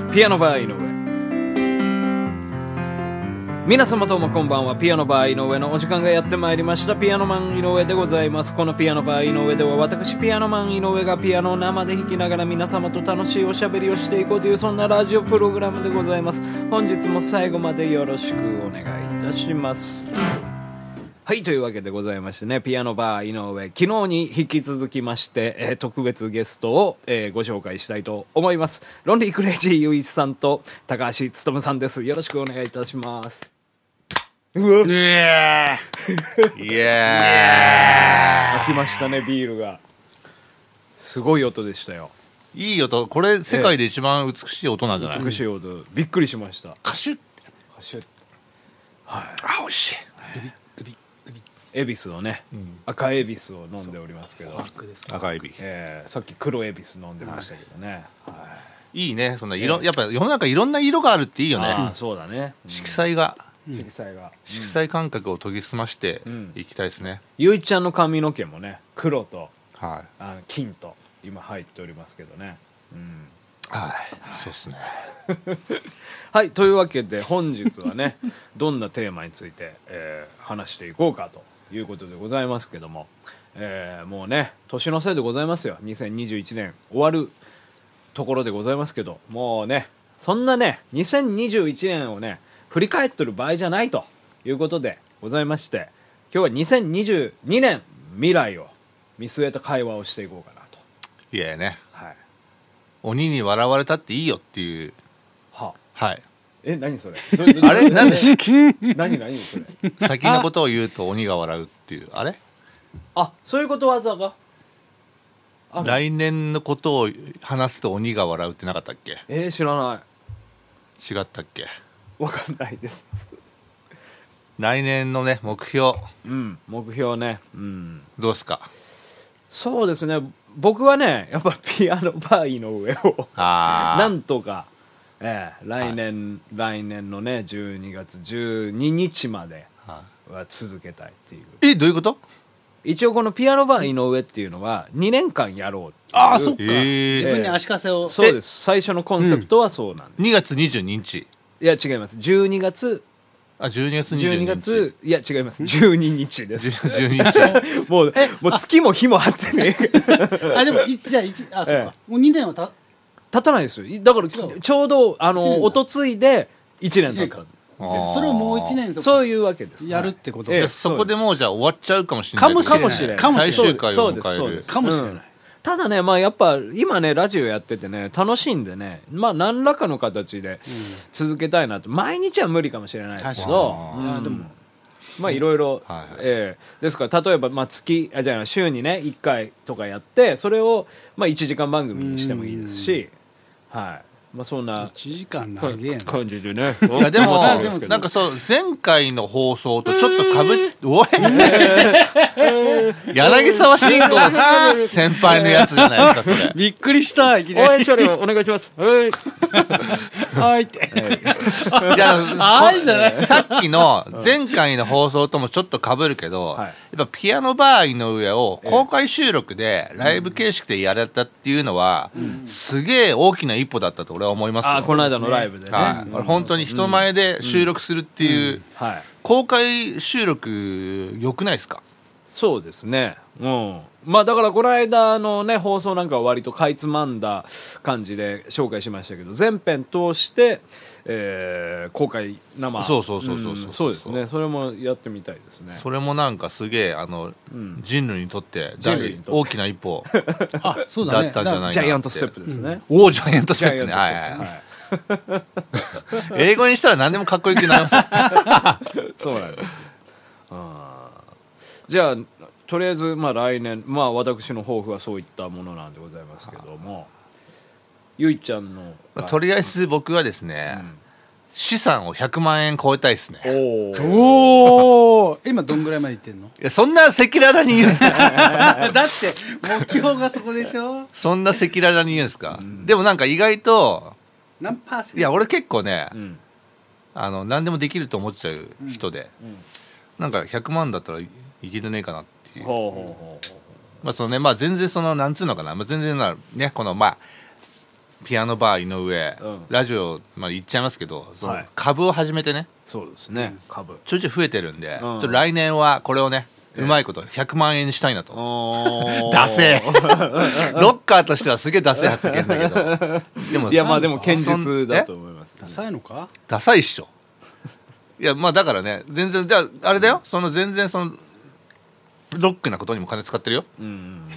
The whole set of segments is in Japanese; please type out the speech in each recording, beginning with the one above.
ピアノバー井上。皆様どうもこんばんは。ピアノバー井上のお時間がやってまいりました。ピアノマン井上でございます。このピアノバー井上では私ピアノマン井上がピアノを生で弾きながら皆様と楽しいおしゃべりをしていこうというそんなラジオプログラムでございます。本日も最後までよろしくお願いいたします。はい、というわけでございましてね、ピアノバー井上、昨日に引き続きまして、特別ゲストを、ご紹介したいと思います。ロンリークレイジーゆういちさんと高橋勉さんです。よろしくお願いいたします。うわ、 イエーイ開きましたね、ビールが。すごい音でしたよ。 いい音。これ世界で一番美しい音なんじゃない？ 美しい音、びっくりしました。 カシュッカシュッ、はい、 あ、おいしい。 恵比寿のね、赤恵比寿を飲んでおりますけど、 赤エビ、 さっき黒恵比寿飲んでましたけどね、 いいね。そんな色、やっぱ世の中いろんな色があるっていいよね。 あ、そうだね、 色彩が、 色彩が、 色彩感覚を研ぎ澄ましていきたいですね。 ゆいちゃんの髪の毛もね、黒とはい。 金と今入っておりますけどね、 はい、そうですね。 はい、というわけで本日はねどんなテーマについて、話していこうかということでございますけども、もうね年のせいでございますよ。2021年終わるところでございますけど、もうねそんなね2021年をね振り返ってる場合じゃないということでございまして、今日は2022年未来を見据えた会話をしていこうかなと。 いやね、 はい、 鬼に笑われたっていいよっていう。 ははい。 何それあれなんで何それ先のことを言うと鬼が笑うっていう、あれ、 あ、そういうことわざが来年のことを話すと鬼が笑うってなかったっけ？ 知らな違ったっけ？ い、わかんないです。 来年のね目標、 目標ね、 どうすか？ そうですね、僕はねやっぱピアノバー井上をなんとか、来年のね12月12日までは続けたいっていう。 どういうこと？ 一応このピアノバー井上っていうのは2年間やろうっていう。 ああ、そっか、自分に足かせを。 そうです。最初のコンセプトはそうなんです。 2月22日。 いや違います。12月、 12月22日。 12月、いや違います。12日です。 12日。 もう月も日もあってね。 あ、でもじゃあそうか、もう2年は経たないですよ。だからちょうどおとついで1年経った。 それをもう1年そういうわけです。 やるってことで、そこでもうじゃあ終わっちゃうかもしれない。 かもしれない。 最終回を迎えるかもしれない。 ただね、まあやっぱ今ねラジオやっててね楽しいんでね、まあ何らかの形で続けたいなと。毎日は無理かもしれないですけど、 でもまあいろいろ、ですから例えばまあじゃあ週にね1回とかやって、それをまあ1時間番組にしてもいいですし、はい。まあそんな 1時間長いやん感じでね。 いやでもなんかそう前回の放送とちょっとかぶっておい柳沢慎吾先輩のやつじゃないですかそれ。 びっくりした。いきなり応援処理お願いします。 はいっていやはいじゃない。 さっきの前回の放送ともちょっとかぶるけど、やっぱピアノバー井上を公開収録でライブ形式でやれたっていうのはすげえ大きな一歩だったと俺は思いますよ。 この間のライブでね、 本当に人前で収録するっていう、公開収録良くないですか？ そうですね、まあだからこの間のね放送なんかは割とかいつまんだ感じで紹介しましたけど、全編通して、公開生、そうですね、それもやってみたいですね。 それもなんかすげえ人類にとって大きな一歩だったんじゃないかなって。 ジャイアントステップですね。 ジャイアントステップね。英語にしたら何でもかっこよくなりますそうなんですよ。じゃあとりあえずまあ来年、まあ私の抱負はそういったものなんでございますけども、ゆいちゃんのとりあえず僕はですね、資産を100万円超えたいですね。 おお。今どんぐらいまでいってんの？ いやそんな赤裸々に言うんですか？ だって目標がそこでしょ。 そんな赤裸々に言うんですか？でもなんか意外と何パーセント？ いや俺結構ね、何でもできると思っちゃう人で、なんか100万だったらいけるねえかなっていう。まあそのね、まあ全然そのなんつうのかな、まあ、全然なねこのまあピアノバー井上、ラジオまで言っちゃいますけど、その株を始めてね、 そうですね、株ちょいちょい増えてるんで、ちょっと来年はこれをね、うまいこと100万円にしたいなと。ダセーロッカーとしてはすげえダセー発言だけど、でもいやまあでも堅実だと思います。 ダサいのか？ ダサいっしょ。いやまあだからね、全然あれだよ、その全然そのロックなことにも金使ってるよ。ちょ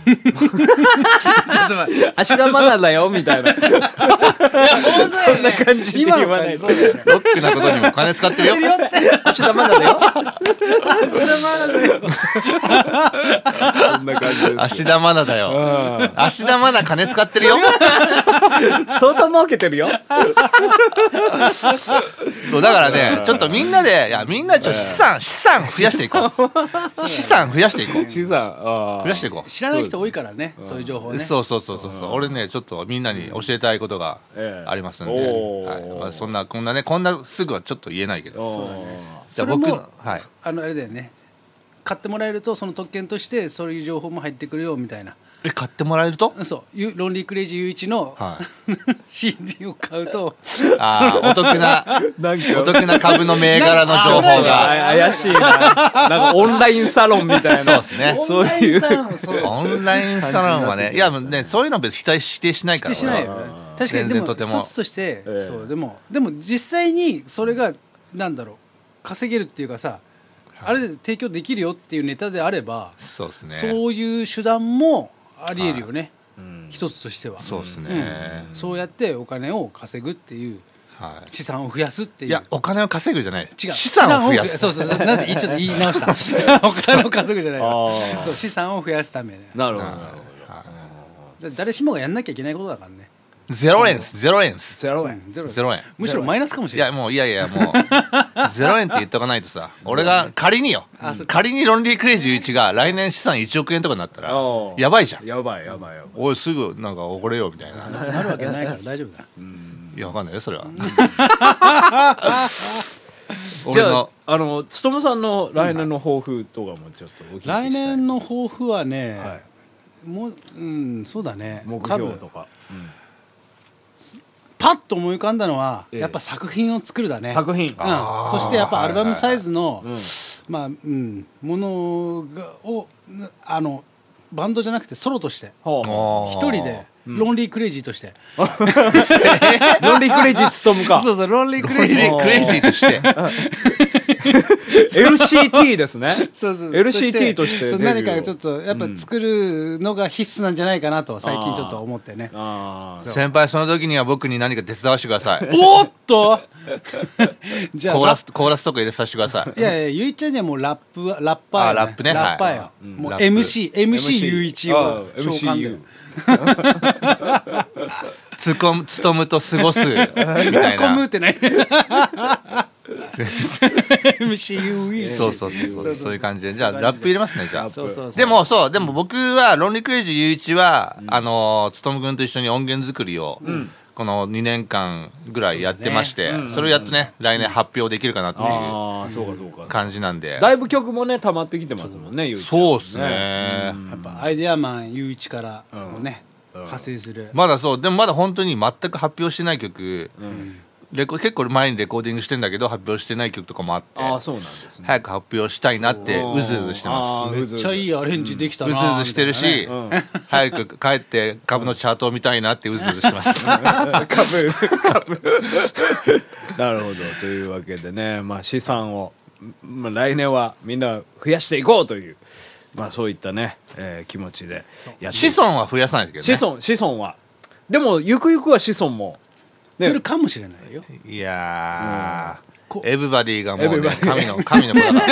っと待って、芦田愛菜だよみたいな。そんな感じで言わないと。ロックなことにも金使ってるよ。 芦田愛菜だよ。そんな感じです。 芦田愛菜だよ。芦田愛菜金使ってるよ。 相当儲けてるよ。 そうだからね、ちょっとみんなで、いやみんなちょっと資産増やしていこう。資産増やしていこう。 資産増やしていこう。 知らない人多いからね、そういう情報ね。 そう俺ねちょっとみんなに教えたいことがありますんで、まあ、そんなこんなすぐはちょっと言えないけど、 じゃあ僕のあれだよね、買ってもらえるとその特権としてそういう情報も入ってくるよみたいな。 買ってもらえると、 そうロンリークレイジー雄一の、CD を買うとお得な株の銘柄の情報が怪しいな。なんかオンラインサロンみたいな。 そうですね。 そういうオンラインサロンはね、いやね、そういうの別に否定しないから。 否定しないよね。確かにでも一つとして、そうでも実際にそれがなんだろう、稼げるっていうかさ、あれで提供できるよっていうネタであれば、 そうですね。 そういう手段もありえるよね。一つとしては。 そうですね。 そうやってお金を稼ぐっていう。資産を増やすっていう。 いやお金を稼ぐじゃない。 違う。 資産を増やす。 そうなんでちょっと言い直した。お金を稼ぐじゃない。そう資産を増やすため。 なるほど。誰しもがやんなきゃいけないことだからね。 0円。 むしろマイナスかもしれない。 もう0円って言っとかないとさ、俺が仮にロンリークレイジー雄一が来年資産1億円とかになったらやばいじゃん。 やばいおいすぐなんかおごれよみたいなるわけないから大丈夫だ。 いやわかんないよそれは。 じゃあ勉さんの来年の抱負とかもちょっとお聞きしたい。 来年の抱負はね、もうそうだね、 目標とかパッと思い浮かんだのは、やっぱ作品を作るだね。 作品、 そしてやっぱアルバムサイズのものをバンドじゃなくてソロとして一人でロンリークレイジーとしてロンリークレイジー務むか。 そうロンリークレイジーとして LCT ですね。LCT として何かちょっとやっぱ作るのが必須なんじゃないかなと最近ちょっと思ってね。 先輩その時には僕に何か手伝わせてください。 おっとじゃあコーラスとか入れさせてください。 いやゆいちゃんにはもうラッパーラップね。 ラッパーよ。もう MC ゆいちを召喚で勤むと過ごすみたいな。 勤むってない。MCU そういう感じで、じゃあラップ入れますね。じゃあでも僕はロンリークレイジー雄一は勤君と一緒に音源作りをこの2年間ぐらいやってまして、それをやっとね来年発表できるかなっていう感じなんで、 だいぶ曲もね溜まってきてますもんね。 そうですね。 やっぱアイデアマン雄一からね派生する。 まだでもまだ本当に全く発表してない曲、結構前にレコーディングしてんだけど発表してない曲とかもあって、 そうなんですね。 早く発表したいなってうずうずしてます。 めっちゃいいアレンジできたな。 うずうずしてるし、早く帰って株のチャートを見たいなってうずうずしてます株なるほど。というわけでね、資産を、来年はみんな増やしていこうという、そういったね、気持ちでやって。 子孫は増やさないけどね。 子孫はでもゆくゆくは子孫も増えるかもしれないよ。 いやエブバディがもうね神の子だから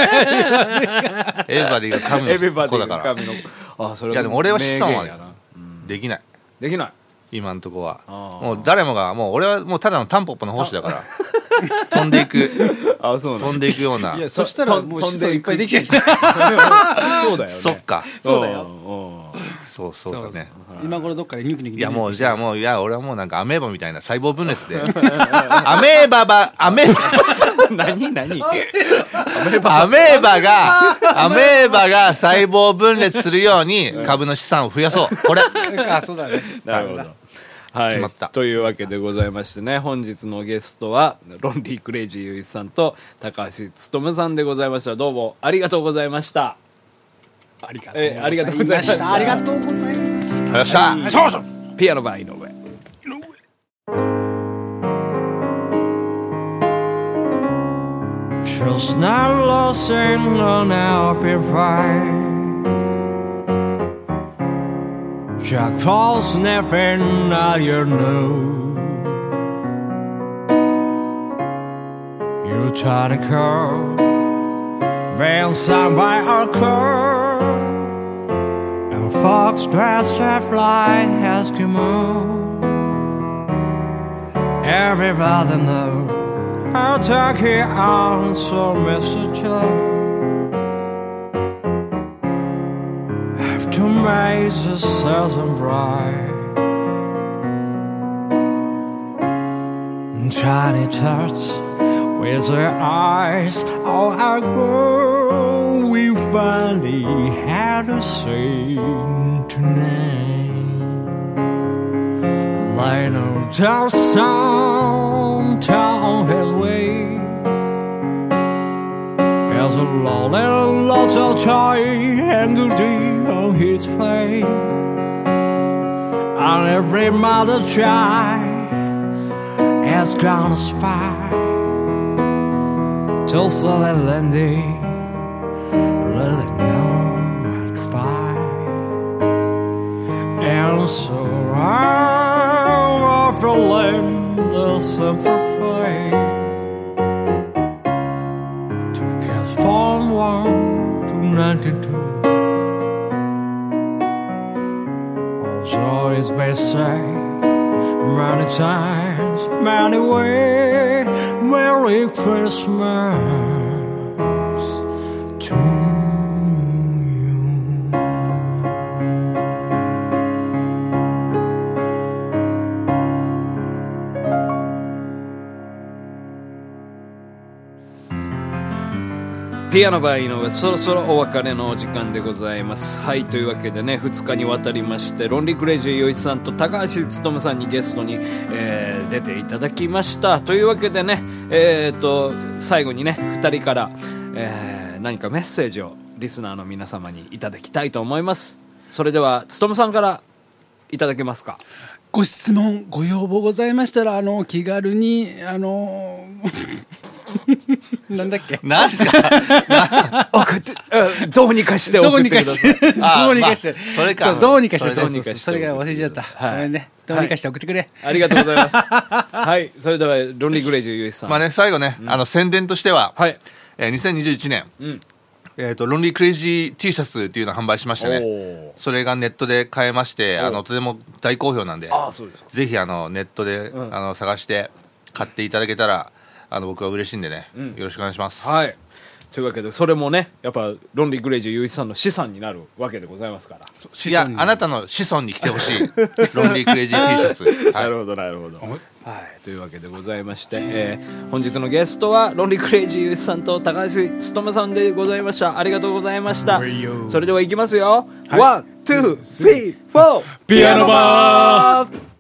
エブバディが神の子だからいやでも俺は子孫はできない今のとこは。もう誰もがもう俺はもうただのタンポポの胞子だから飛んでいく飛んでいくような。 いやそしたらもう子孫いっぱいできちゃう。 そうだよね。 そっかそうだよ。 そうだね。 今頃どっかでニュキニキ。 いやもうじゃあもういや俺はもうなんかアメーバみたいな細胞分裂でアメーバが細胞分裂するように株の資産を増やそう。これそうだね。 なるほど。 決まった。 というわけでございましてね、本日のゲストはロンリークレイジーゆいさんと高橋勉さんでございました。どうもありがとうございました。 ありがとうございました。ありがとうございました。 そうそう。ピアノバー井上。 Just not lost in an open fire. Jack falls sniffing at your nose. You try to curl, been sung by a curl, and fox dressed to fly Eskimo. Everybody knows I'll take it on some messenger. After Maze says I'm bright, Tiny tots with their eyes, oh our girl, we finally had to sing tonight. They know just some town his way. There's a lonely lots of joy and good deed on his face, and every mother child has gonna spy till Sally Lindy really know how to fight. And so I'm offering the simple fate to cast from 1 to 92. Also it's been said many times, many ways, Merry Christmas to you. ピアノバー井上、そろそろお別れのお時間でございます。はい、というわけでね、2日にわたりましてロンリークレイジーゆいさんと高橋勉さんにゲストに、出ていただきました。というわけでね、最後にね2人から、何かメッセージをリスナーの皆様にいただきたいと思います。それでは勉さんからいただけますか。 ご質問ご要望ございましたら気軽になんだっけなんすか送ってどうにかして送ってください。 どうにかして、 それか、 どうにかして、それが忘れちゃった、ごめんね、どうにかして送ってくれ、 ありがとうございます。はい、それではロンリーグレイジーゆいさん、 まあね、最後ね、宣伝としては、2021年、ロンリークレイジー T シャツっていうのを販売しましたね。それがネットで買えまして、とても大好評なんで、ぜひネットで、探して買っていただけたら僕は嬉しいんでね、よろしくお願いします。 はい、というわけでそれもね、やっぱロンリー・グレイジーゆういちさんの資産になるわけでございますから、 いや、あなたの子孫に来てほしいロンリー・グレイジー T シャツ、 なるほどなるほど、はい、というわけでございまして、本日のゲストはロンリー・グレイジーゆういちさんと高橋勉さんでございました。ありがとうございました。それではいきますよ、1、2、3、4 ピアノバー。